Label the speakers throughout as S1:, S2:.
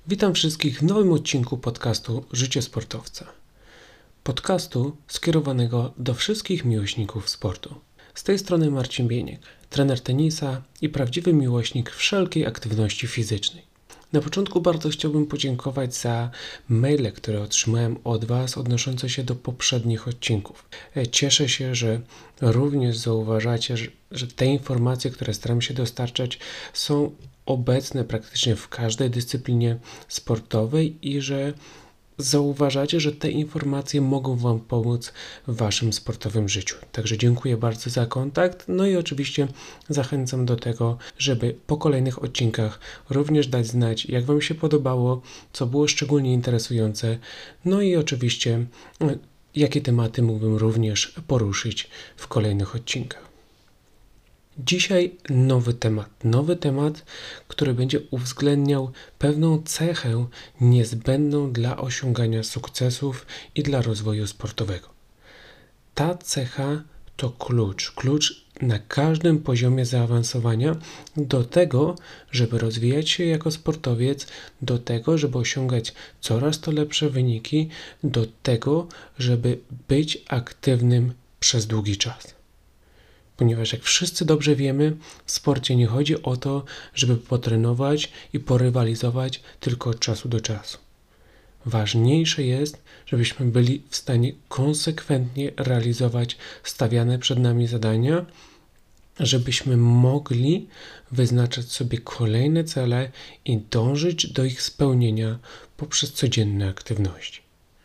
S1: Witam wszystkich w nowym odcinku podcastu Życie Sportowca. Podcastu skierowanego do wszystkich miłośników sportu. Z tej strony Marcin Bieniek, trener tenisa i prawdziwy miłośnik wszelkiej aktywności fizycznej. Na początku bardzo chciałbym podziękować za maile, które otrzymałem od Was odnoszące się do poprzednich odcinków. Cieszę się, że również zauważacie, że te informacje, które staram się dostarczać, są obecne praktycznie w każdej dyscyplinie sportowej i że zauważacie, że te informacje mogą Wam pomóc w Waszym sportowym życiu. Także dziękuję bardzo za kontakt, no i oczywiście zachęcam do tego, żeby po kolejnych odcinkach również dać znać, jak Wam się podobało, co było szczególnie interesujące, no i oczywiście jakie tematy mógłbym również poruszyć w kolejnych odcinkach. Dzisiaj nowy temat, który będzie uwzględniał pewną cechę niezbędną dla osiągania sukcesów i dla rozwoju sportowego. Ta cecha to klucz na każdym poziomie zaawansowania do tego, żeby rozwijać się jako sportowiec, do tego, żeby osiągać coraz to lepsze wyniki, do tego, żeby być aktywnym przez długi czas. Ponieważ jak wszyscy dobrze wiemy, w sporcie nie chodzi o to, żeby potrenować i porywalizować tylko od czasu do czasu. Ważniejsze jest, żebyśmy byli w stanie konsekwentnie realizować stawiane przed nami zadania, żebyśmy mogli wyznaczać sobie kolejne cele i dążyć do ich spełnienia poprzez codzienne aktywności.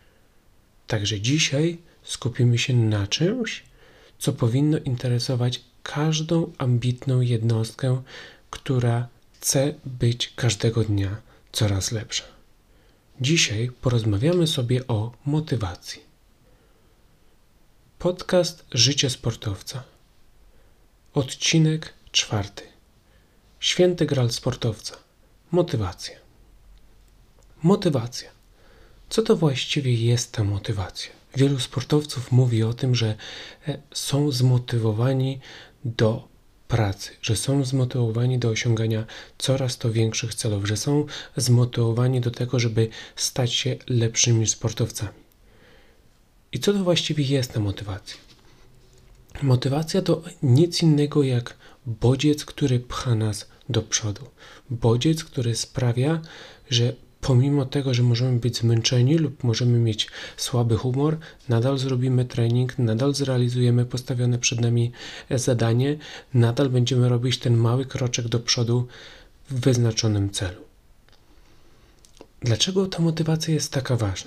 S1: Także dzisiaj skupimy się na czymś, co powinno interesować każdą ambitną jednostkę, która chce być każdego dnia coraz lepsza. Dzisiaj porozmawiamy sobie o motywacji. Podcast Życie Sportowca. Odcinek 4. Święty Graal sportowca. Motywacja. Motywacja. Co to właściwie jest ta motywacja? Wielu sportowców mówi o tym, że są zmotywowani do pracy, że są zmotywowani do osiągania coraz to większych celów, że są zmotywowani do tego, żeby stać się lepszymi sportowcami. I co to właściwie jest ta motywacja? Motywacja to nic innego jak bodziec, który pcha nas do przodu. Bodziec, który sprawia, że pomimo tego, że możemy być zmęczeni lub możemy mieć słaby humor, nadal zrobimy trening, nadal zrealizujemy postawione przed nami zadanie, nadal będziemy robić ten mały kroczek do przodu w wyznaczonym celu. Dlaczego ta motywacja jest taka ważna?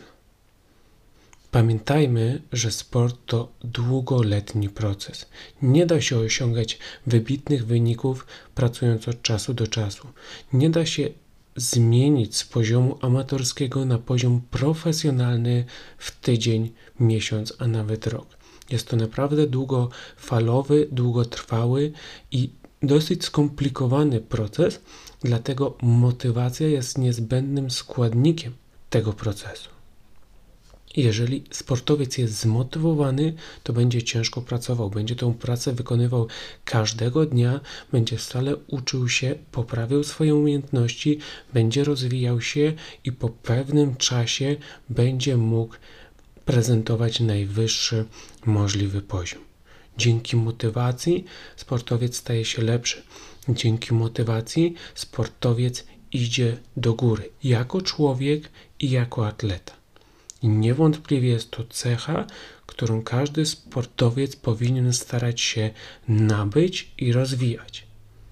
S1: Pamiętajmy, że sport to długoletni proces. Nie da się osiągać wybitnych wyników pracując od czasu do czasu. Nie da się zmienić z poziomu amatorskiego na poziom profesjonalny w tydzień, miesiąc, a nawet rok. Jest to naprawdę długofalowy, długotrwały i dosyć skomplikowany proces, dlatego motywacja jest niezbędnym składnikiem tego procesu. Jeżeli sportowiec jest zmotywowany, to będzie ciężko pracował, będzie tą pracę wykonywał każdego dnia, będzie stale uczył się, poprawiał swoje umiejętności, będzie rozwijał się i po pewnym czasie będzie mógł prezentować najwyższy możliwy poziom. Dzięki motywacji sportowiec staje się lepszy. Dzięki motywacji sportowiec idzie do góry jako człowiek i jako atleta. I niewątpliwie jest to cecha, którą każdy sportowiec powinien starać się nabyć i rozwijać.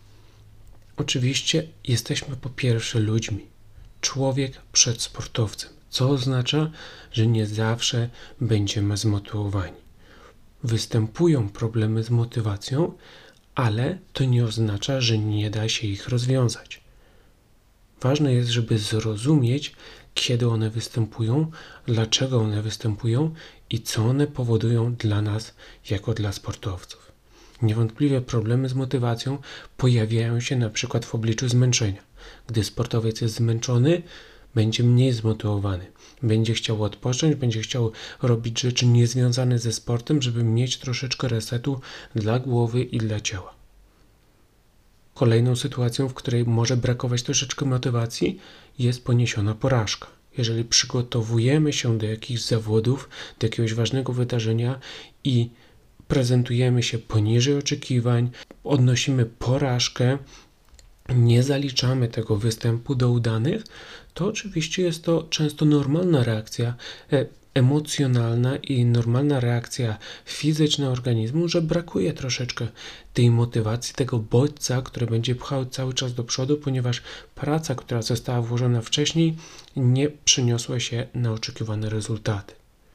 S1: Oczywiście jesteśmy po pierwsze ludźmi. Człowiek przed sportowcem, co oznacza, że nie zawsze będziemy zmotywowani. Występują problemy z motywacją, ale to nie oznacza, że nie da się ich rozwiązać. Ważne jest, żeby zrozumieć, kiedy one występują, dlaczego one występują i co one powodują dla nas jako dla sportowców. Niewątpliwie problemy z motywacją pojawiają się na przykład w obliczu zmęczenia. Gdy sportowiec jest zmęczony, będzie mniej zmotywowany. Będzie chciał odpocząć, będzie chciał robić rzeczy niezwiązane ze sportem, żeby mieć troszeczkę resetu dla głowy i dla ciała. Kolejną sytuacją, w której może brakować troszeczkę motywacji, jest poniesiona porażka. Jeżeli przygotowujemy się do jakichś zawodów, do jakiegoś ważnego wydarzenia i prezentujemy się poniżej oczekiwań, odnosimy porażkę, nie zaliczamy tego występu do udanych, to oczywiście jest to często normalna reakcja emocjonalna i normalna reakcja fizyczna organizmu, że brakuje troszeczkę tej motywacji, tego bodźca, który będzie pchał cały czas do przodu, ponieważ praca, która została włożona wcześniej, nie przyniosła się na oczekiwane rezultaty.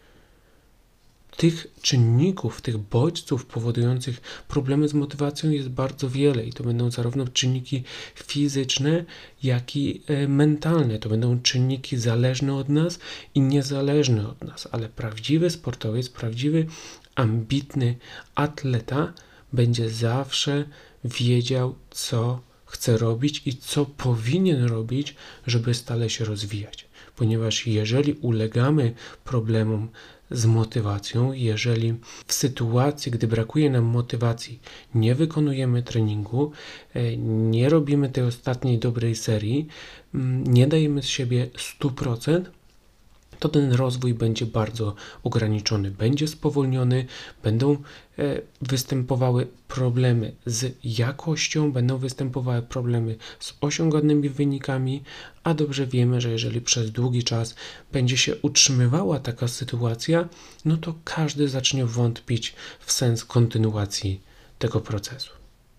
S1: Tych czynników, tych bodźców powodujących problemy z motywacją jest bardzo wiele i to będą zarówno czynniki fizyczne, jak i mentalne. To będą czynniki zależne od nas i niezależne od nas, ale prawdziwy sportowiec, prawdziwy ambitny atleta będzie zawsze wiedział, co chce robić i co powinien robić, żeby stale się rozwijać. Ponieważ jeżeli ulegamy problemom z motywacją, jeżeli w sytuacji, gdy brakuje nam motywacji, nie wykonujemy treningu, nie robimy tej ostatniej dobrej serii, nie dajemy z siebie 100%, to ten rozwój będzie bardzo ograniczony, będzie spowolniony, będą występowały problemy z jakością, będą występowały problemy z osiąganymi wynikami, a dobrze wiemy, że jeżeli przez długi czas będzie się utrzymywała taka sytuacja, no to każdy zacznie wątpić w sens kontynuacji tego procesu.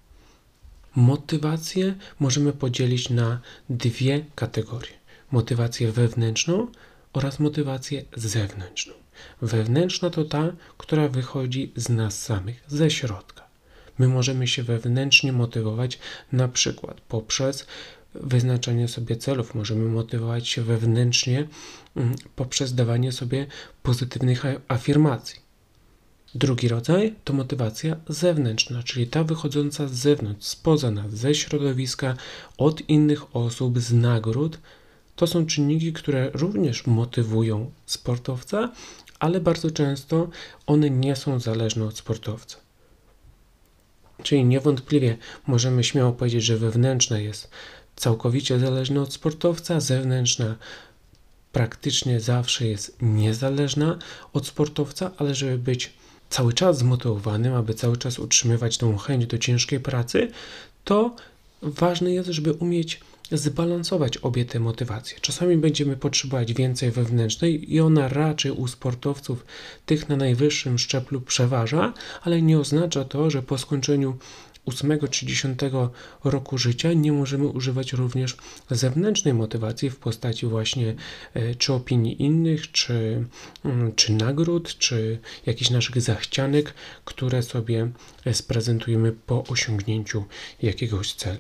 S1: Motywację możemy podzielić na dwie kategorie. Motywację wewnętrzną oraz motywację zewnętrzną. Wewnętrzna to ta, która wychodzi z nas samych, ze środka. My możemy się wewnętrznie motywować na przykład poprzez wyznaczanie sobie celów. Możemy motywować się wewnętrznie poprzez dawanie sobie pozytywnych afirmacji. Drugi rodzaj to motywacja zewnętrzna, czyli ta wychodząca z zewnątrz, spoza nas, ze środowiska, od innych osób, z nagród. To są czynniki, które również motywują sportowca, ale bardzo często one nie są zależne od sportowca. Czyli niewątpliwie możemy śmiało powiedzieć, że wewnętrzna jest całkowicie zależna od sportowca, zewnętrzna praktycznie zawsze jest niezależna od sportowca, ale żeby być cały czas zmotywowanym, aby cały czas utrzymywać tą chęć do ciężkiej pracy, to ważne jest, żeby umieć zbalansować obie te motywacje. Czasami będziemy potrzebować więcej wewnętrznej i ona raczej u sportowców tych na najwyższym szczeblu przeważa, ale nie oznacza to, że po skończeniu 8 czy 10 roku życia nie możemy używać również zewnętrznej motywacji w postaci właśnie czy opinii innych, czy nagród, czy jakichś naszych zachcianek, które sobie sprezentujemy po osiągnięciu jakiegoś celu.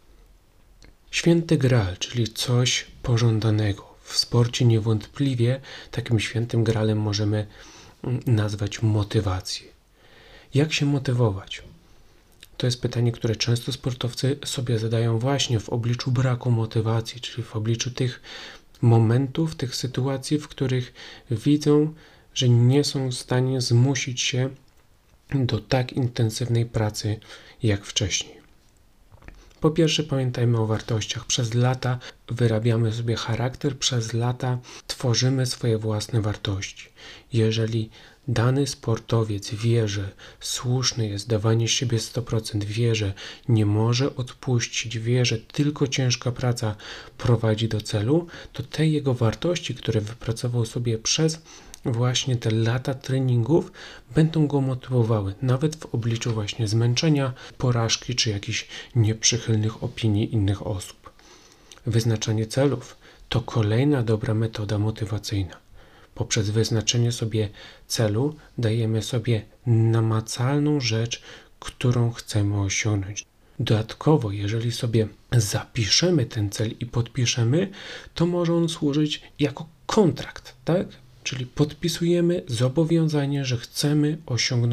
S1: Święty Graal, czyli coś pożądanego. W sporcie niewątpliwie takim świętym graalem możemy nazwać motywację. Jak się motywować? To jest pytanie, które często sportowcy sobie zadają właśnie w obliczu braku motywacji, czyli w obliczu tych momentów, tych sytuacji, w których widzą, że nie są w stanie zmusić się do tak intensywnej pracy jak wcześniej. Po pierwsze, pamiętajmy o wartościach. Przez lata wyrabiamy sobie charakter, przez lata tworzymy swoje własne wartości. Jeżeli dany sportowiec wie, że słuszne jest dawanie z siebie 100%, wie, że nie może odpuścić, wie, że tylko ciężka praca prowadzi do celu, to te jego wartości, które wypracował sobie przez właśnie te lata treningów, będą go motywowały, nawet w obliczu właśnie zmęczenia, porażki czy jakichś nieprzychylnych opinii innych osób. Wyznaczanie celów to kolejna dobra metoda motywacyjna. Poprzez wyznaczenie sobie celu dajemy sobie namacalną rzecz, którą chcemy osiągnąć. Dodatkowo, jeżeli sobie zapiszemy ten cel i podpiszemy, to może on służyć jako kontrakt, tak? Czyli podpisujemy zobowiązanie, że chcemy osiągnąć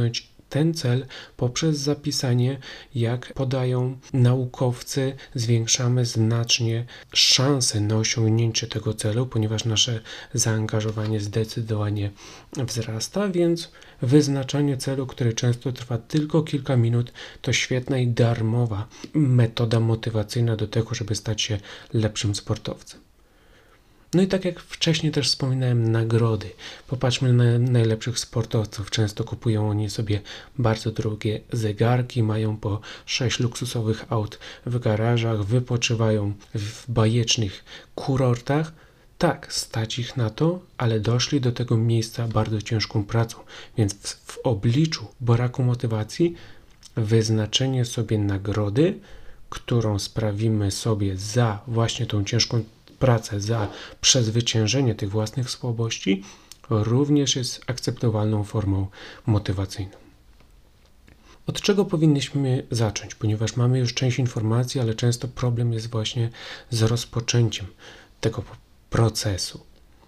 S1: ten cel poprzez zapisanie, jak podają naukowcy, zwiększamy znacznie szanse na osiągnięcie tego celu, ponieważ nasze zaangażowanie zdecydowanie wzrasta, więc wyznaczanie celu, który często trwa tylko kilka minut, to świetna i darmowa metoda motywacyjna do tego, żeby stać się lepszym sportowcem. No i tak jak wcześniej też wspominałem, nagrody. Popatrzmy na najlepszych sportowców. Często kupują oni sobie bardzo drogie zegarki, mają po 6 luksusowych aut w garażach, wypoczywają w bajecznych kurortach. Tak, stać ich na to, ale doszli do tego miejsca bardzo ciężką pracą. Więc w obliczu braku motywacji wyznaczenie sobie nagrody, którą sprawimy sobie za właśnie tą ciężką pracę, za przezwyciężenie tych własnych słabości, również jest akceptowalną formą motywacyjną. Od czego powinniśmy zacząć? Ponieważ mamy już część informacji, ale często problem jest właśnie z rozpoczęciem tego procesu.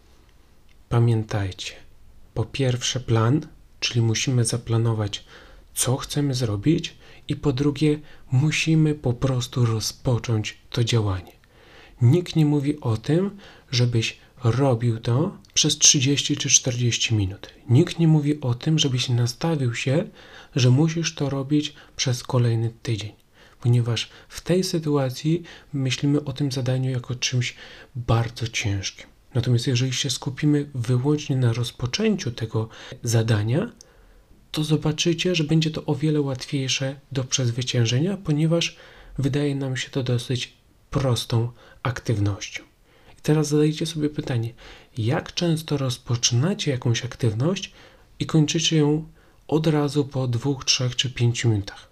S1: Pamiętajcie, po pierwsze plan, czyli musimy zaplanować, co chcemy zrobić, i po drugie musimy po prostu rozpocząć to działanie. Nikt nie mówi o tym, żebyś robił to przez 30 czy 40 minut. Nikt nie mówi o tym, żebyś nastawił się, że musisz to robić przez kolejny tydzień. Ponieważ w tej sytuacji myślimy o tym zadaniu jako czymś bardzo ciężkim. Natomiast jeżeli się skupimy wyłącznie na rozpoczęciu tego zadania, to zobaczycie, że będzie to o wiele łatwiejsze do przezwyciężenia, ponieważ wydaje nam się to dosyć prostą aktywnością. I teraz zadajcie sobie pytanie, jak często rozpoczynacie jakąś aktywność i kończycie ją od razu po 2, 3 czy 5 minutach?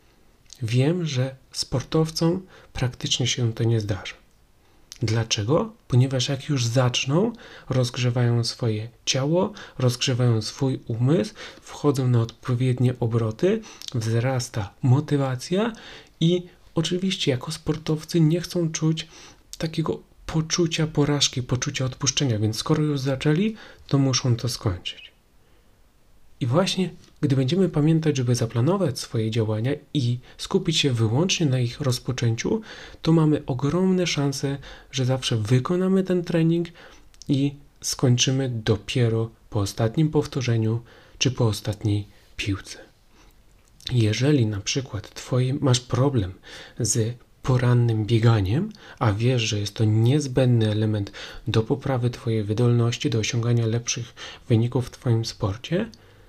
S1: Wiem, że sportowcom praktycznie się to nie zdarza. Dlaczego? Ponieważ jak już zaczną, rozgrzewają swoje ciało, rozgrzewają swój umysł, wchodzą na odpowiednie obroty, wzrasta motywacja i oczywiście jako sportowcy nie chcą czuć takiego poczucia porażki, poczucia odpuszczenia, więc skoro już zaczęli, to muszą to skończyć. I właśnie gdy będziemy pamiętać, żeby zaplanować swoje działania i skupić się wyłącznie na ich rozpoczęciu, to mamy ogromne szanse, że zawsze wykonamy ten trening i skończymy dopiero po ostatnim powtórzeniu czy po ostatniej piłce. Jeżeli na przykład masz problem z porannym bieganiem, a wiesz, że jest to niezbędny element do poprawy Twojej wydolności, do osiągania lepszych wyników w Twoim sporcie,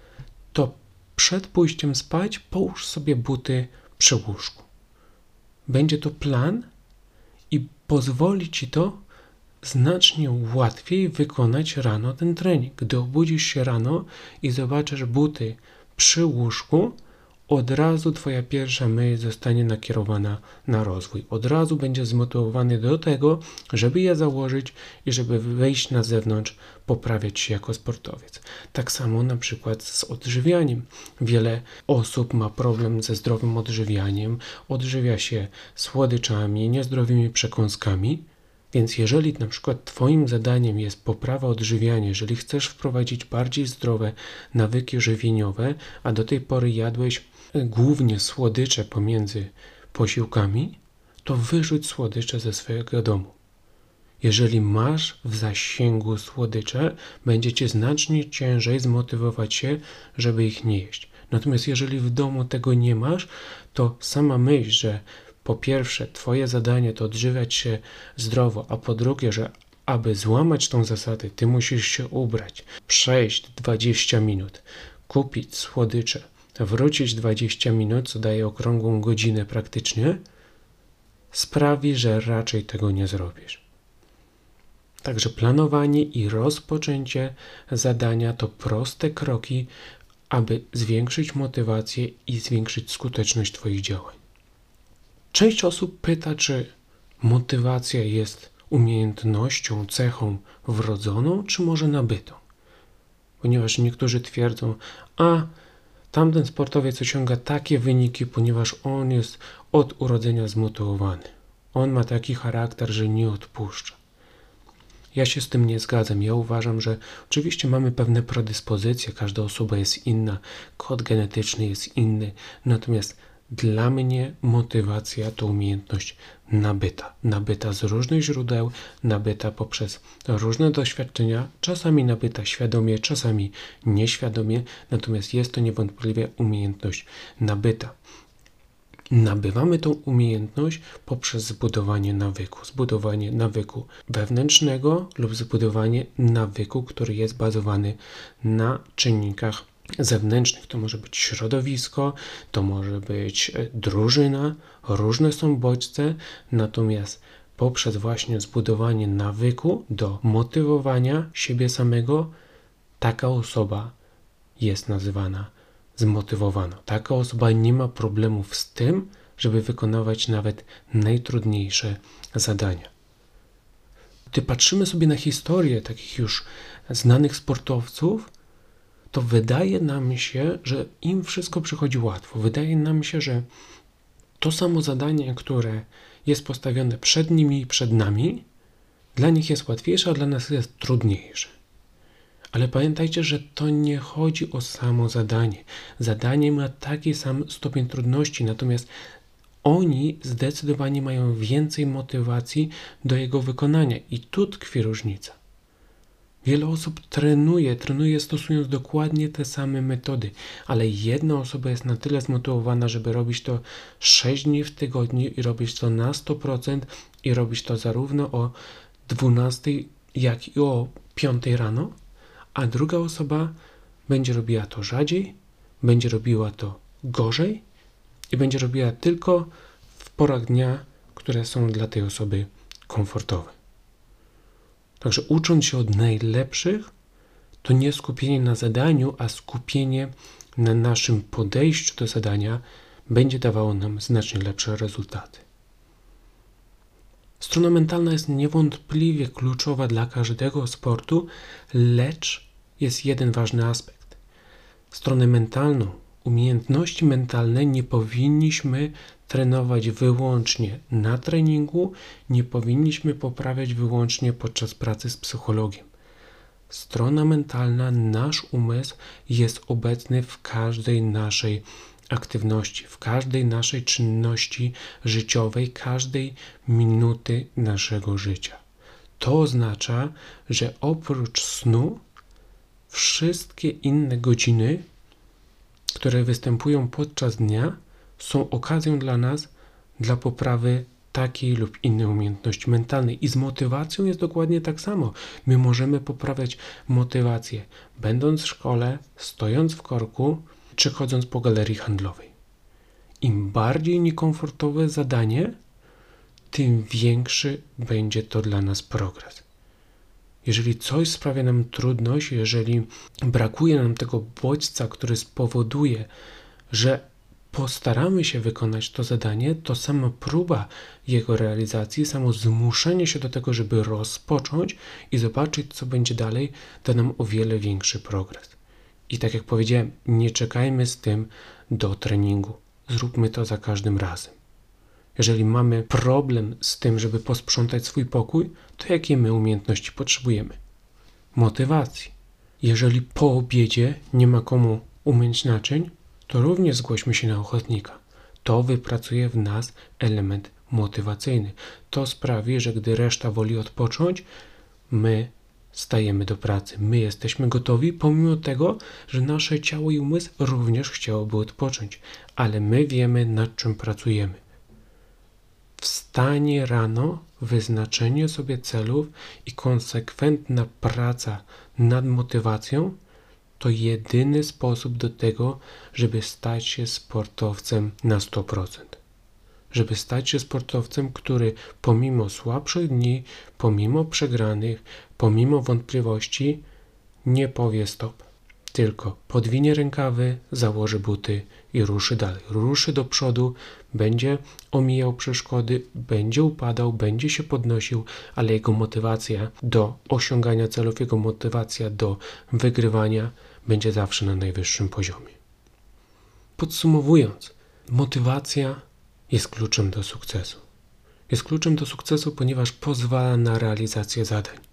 S1: to przed pójściem spać połóż sobie buty przy łóżku. Będzie to plan i pozwoli Ci to znacznie łatwiej wykonać rano ten trening. Gdy obudzisz się rano i zobaczysz buty przy łóżku, od razu Twoja pierwsza myśl zostanie nakierowana na rozwój. Od razu będziesz zmotywowany do tego, żeby je założyć i żeby wyjść na zewnątrz, poprawiać się jako sportowiec. Tak samo na przykład z odżywianiem. Wiele osób ma problem ze zdrowym odżywianiem, odżywia się słodyczami, niezdrowymi przekąskami. Więc jeżeli na przykład Twoim zadaniem jest poprawa odżywiania, jeżeli chcesz wprowadzić bardziej zdrowe nawyki żywieniowe, a do tej pory jadłeś głównie słodycze pomiędzy posiłkami, to wyrzuć słodycze ze swojego domu. Jeżeli masz w zasięgu słodycze, będzie Cię znacznie ciężej zmotywować się, żeby ich nie jeść. Natomiast jeżeli w domu tego nie masz, to sama myśl, że po pierwsze Twoje zadanie to odżywiać się zdrowo, a po drugie, że aby złamać tą zasadę, Ty musisz się ubrać, przejść 20 minut, kupić słodycze, wrócić 20 minut, co daje okrągłą godzinę praktycznie, sprawi, że raczej tego nie zrobisz. Także planowanie i rozpoczęcie zadania to proste kroki, aby zwiększyć motywację i zwiększyć skuteczność Twoich działań. Część osób pyta, czy motywacja jest umiejętnością, cechą wrodzoną, czy może nabytą. Ponieważ niektórzy twierdzą, tamten sportowiec osiąga takie wyniki, ponieważ on jest od urodzenia zmotywowany. On ma taki charakter, że nie odpuszcza. Ja się z tym nie zgadzam. Ja uważam, że oczywiście mamy pewne predyspozycje, każda osoba jest inna, kod genetyczny jest inny, natomiast dla mnie motywacja to umiejętność nabyta z różnych źródeł, nabyta poprzez różne doświadczenia, czasami nabyta świadomie, czasami nieświadomie, natomiast jest to niewątpliwie umiejętność nabyta. Nabywamy tą umiejętność poprzez zbudowanie nawyku wewnętrznego lub zbudowanie nawyku, który jest bazowany na czynnikach zewnętrznych. To może być środowisko, to może być drużyna, różne są bodźce, natomiast poprzez właśnie zbudowanie nawyku do motywowania siebie samego, taka osoba jest nazywana zmotywowana. Taka osoba nie ma problemów z tym, żeby wykonywać nawet najtrudniejsze zadania. Gdy patrzymy sobie na historię takich już znanych sportowców, to wydaje nam się, że im wszystko przychodzi łatwo. Wydaje nam się, że to samo zadanie, które jest postawione przed nimi i przed nami, dla nich jest łatwiejsze, a dla nas jest trudniejsze. Ale pamiętajcie, że to nie chodzi o samo zadanie. Zadanie ma taki sam stopień trudności, natomiast oni zdecydowanie mają więcej motywacji do jego wykonania i tu tkwi różnica. Wiele osób trenuje stosując dokładnie te same metody, ale jedna osoba jest na tyle zmotywowana, żeby robić to 6 dni w tygodniu i robić to na 100% i robić to zarówno o 12, jak i o 5 rano, a druga osoba będzie robiła to rzadziej, będzie robiła to gorzej i będzie robiła tylko w porach dnia, które są dla tej osoby komfortowe. Także ucząc się od najlepszych, to nie skupienie na zadaniu, a skupienie na naszym podejściu do zadania będzie dawało nam znacznie lepsze rezultaty. Strona mentalna jest niewątpliwie kluczowa dla każdego sportu, lecz jest jeden ważny aspekt. Stronę mentalną, umiejętności mentalne nie powinniśmy trenować wyłącznie na treningu, nie powinniśmy poprawiać wyłącznie podczas pracy z psychologiem. Strona mentalna, nasz umysł jest obecny w każdej naszej aktywności, w każdej naszej czynności życiowej, każdej minuty naszego życia. To oznacza, że oprócz snu wszystkie inne godziny, które występują podczas dnia, są okazją dla nas dla poprawy takiej lub innej umiejętności mentalnej. I z motywacją jest dokładnie tak samo. My możemy poprawiać motywację, będąc w szkole, stojąc w korku, czy chodząc po galerii handlowej. Im bardziej niekomfortowe zadanie, tym większy będzie to dla nas progres. Jeżeli coś sprawia nam trudność, jeżeli brakuje nam tego bodźca, który spowoduje, że postaramy się wykonać to zadanie, to sama próba jego realizacji, samo zmuszenie się do tego, żeby rozpocząć i zobaczyć, co będzie dalej, da nam o wiele większy progres. I tak jak powiedziałem, nie czekajmy z tym do treningu. Zróbmy to za każdym razem. Jeżeli mamy problem z tym, żeby posprzątać swój pokój, to jakie my umiejętności potrzebujemy? Motywacji. Jeżeli po obiedzie nie ma komu umyć naczyń, to również zgłośmy się na ochotnika. To wypracuje w nas element motywacyjny. To sprawi, że gdy reszta woli odpocząć, my stajemy do pracy. My jesteśmy gotowi, pomimo tego, że nasze ciało i umysł również chciałoby odpocząć. Ale my wiemy, nad czym pracujemy. Wstanie rano, wyznaczenie sobie celów i konsekwentna praca nad motywacją to jedyny sposób do tego, żeby stać się sportowcem na 100%. Żeby stać się sportowcem, który pomimo słabszych dni, pomimo przegranych, pomimo wątpliwości nie powie stop. Tylko podwinie rękawy, założy buty i ruszy dalej. Ruszy do przodu, będzie omijał przeszkody, będzie upadał, będzie się podnosił, ale jego motywacja do osiągania celów, jego motywacja do wygrywania będzie zawsze na najwyższym poziomie. Podsumowując, motywacja jest kluczem do sukcesu. Jest kluczem do sukcesu, ponieważ pozwala na realizację zadań.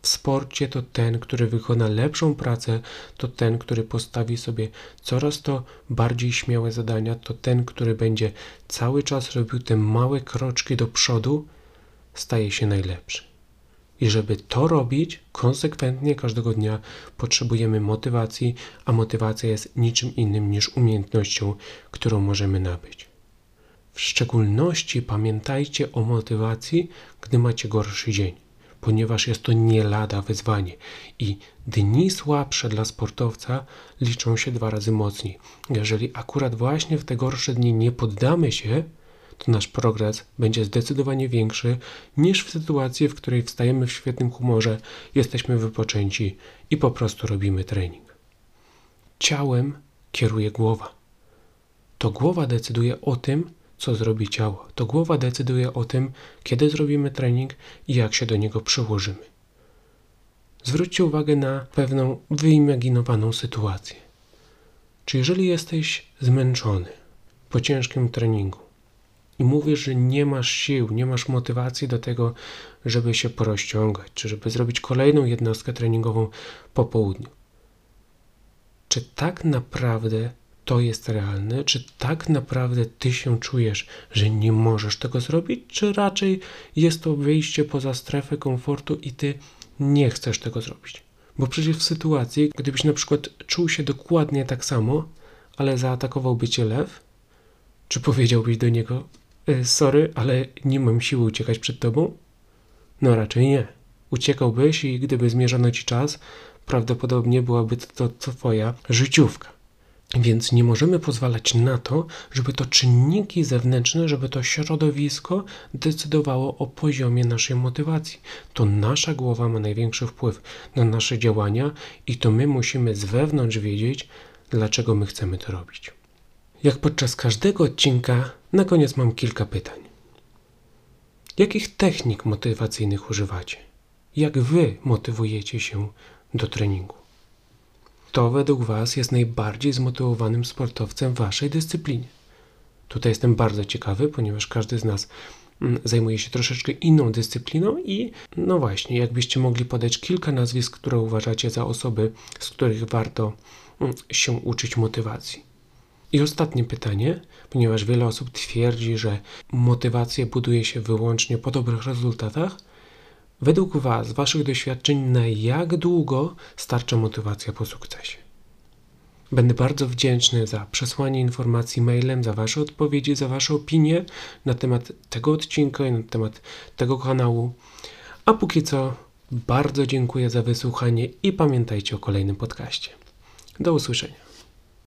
S1: w sporcie to ten, który wykona lepszą pracę, to ten, który postawi sobie coraz to bardziej śmiałe zadania, to ten, który będzie cały czas robił te małe kroczki do przodu, staje się najlepszy. I żeby to robić konsekwentnie każdego dnia, potrzebujemy motywacji, a motywacja jest niczym innym niż umiejętnością, którą możemy nabyć. W szczególności pamiętajcie o motywacji, gdy macie gorszy dzień, ponieważ jest to nie lada wyzwanie i dni słabsze dla sportowca liczą się 2 razy mocniej. Jeżeli akurat właśnie w te gorsze dni nie poddamy się, to nasz progres będzie zdecydowanie większy niż w sytuacji, w której wstajemy w świetnym humorze, jesteśmy wypoczęci i po prostu robimy trening. Ciałem kieruje głowa. To głowa decyduje o tym, co zrobi ciało. To głowa decyduje o tym, kiedy zrobimy trening i jak się do niego przyłożymy. Zwróćcie uwagę na pewną wyimaginowaną sytuację. Czy jeżeli jesteś zmęczony po ciężkim treningu i mówisz, że nie masz sił, nie masz motywacji do tego, żeby się porozciągać, czy żeby zrobić kolejną jednostkę treningową po południu, czy tak naprawdę to jest realne? Czy tak naprawdę ty się czujesz, że nie możesz tego zrobić? Czy raczej jest to wyjście poza strefę komfortu i ty nie chcesz tego zrobić? Bo przecież w sytuacji, gdybyś na przykład czuł się dokładnie tak samo, ale zaatakowałby cię lew, czy powiedziałbyś do niego: sorry, ale nie mam siły uciekać przed tobą? No raczej nie. Uciekałbyś i gdyby zmierzono ci czas, prawdopodobnie byłaby to twoja życiówka. Więc nie możemy pozwalać na to, żeby to czynniki zewnętrzne, żeby to środowisko decydowało o poziomie naszej motywacji. To nasza głowa ma największy wpływ na nasze działania i to my musimy z wewnątrz wiedzieć, dlaczego my chcemy to robić. Jak podczas każdego odcinka, na koniec mam kilka pytań. Jakich technik motywacyjnych używacie? Jak wy motywujecie się do treningu? Kto według was jest najbardziej zmotywowanym sportowcem w waszej dyscyplinie? Tutaj jestem bardzo ciekawy, ponieważ każdy z nas zajmuje się troszeczkę inną dyscypliną i no właśnie, jakbyście mogli podać kilka nazwisk, które uważacie za osoby, z których warto się uczyć motywacji. I ostatnie pytanie, ponieważ wiele osób twierdzi, że motywację buduje się wyłącznie po dobrych rezultatach. Według was, waszych doświadczeń, na jak długo starcza motywacja po sukcesie? Będę bardzo wdzięczny za przesłanie informacji mailem, za wasze odpowiedzi, za wasze opinie na temat tego odcinka i na temat tego kanału. A póki co, bardzo dziękuję za wysłuchanie i pamiętajcie o kolejnym podcaście. Do usłyszenia.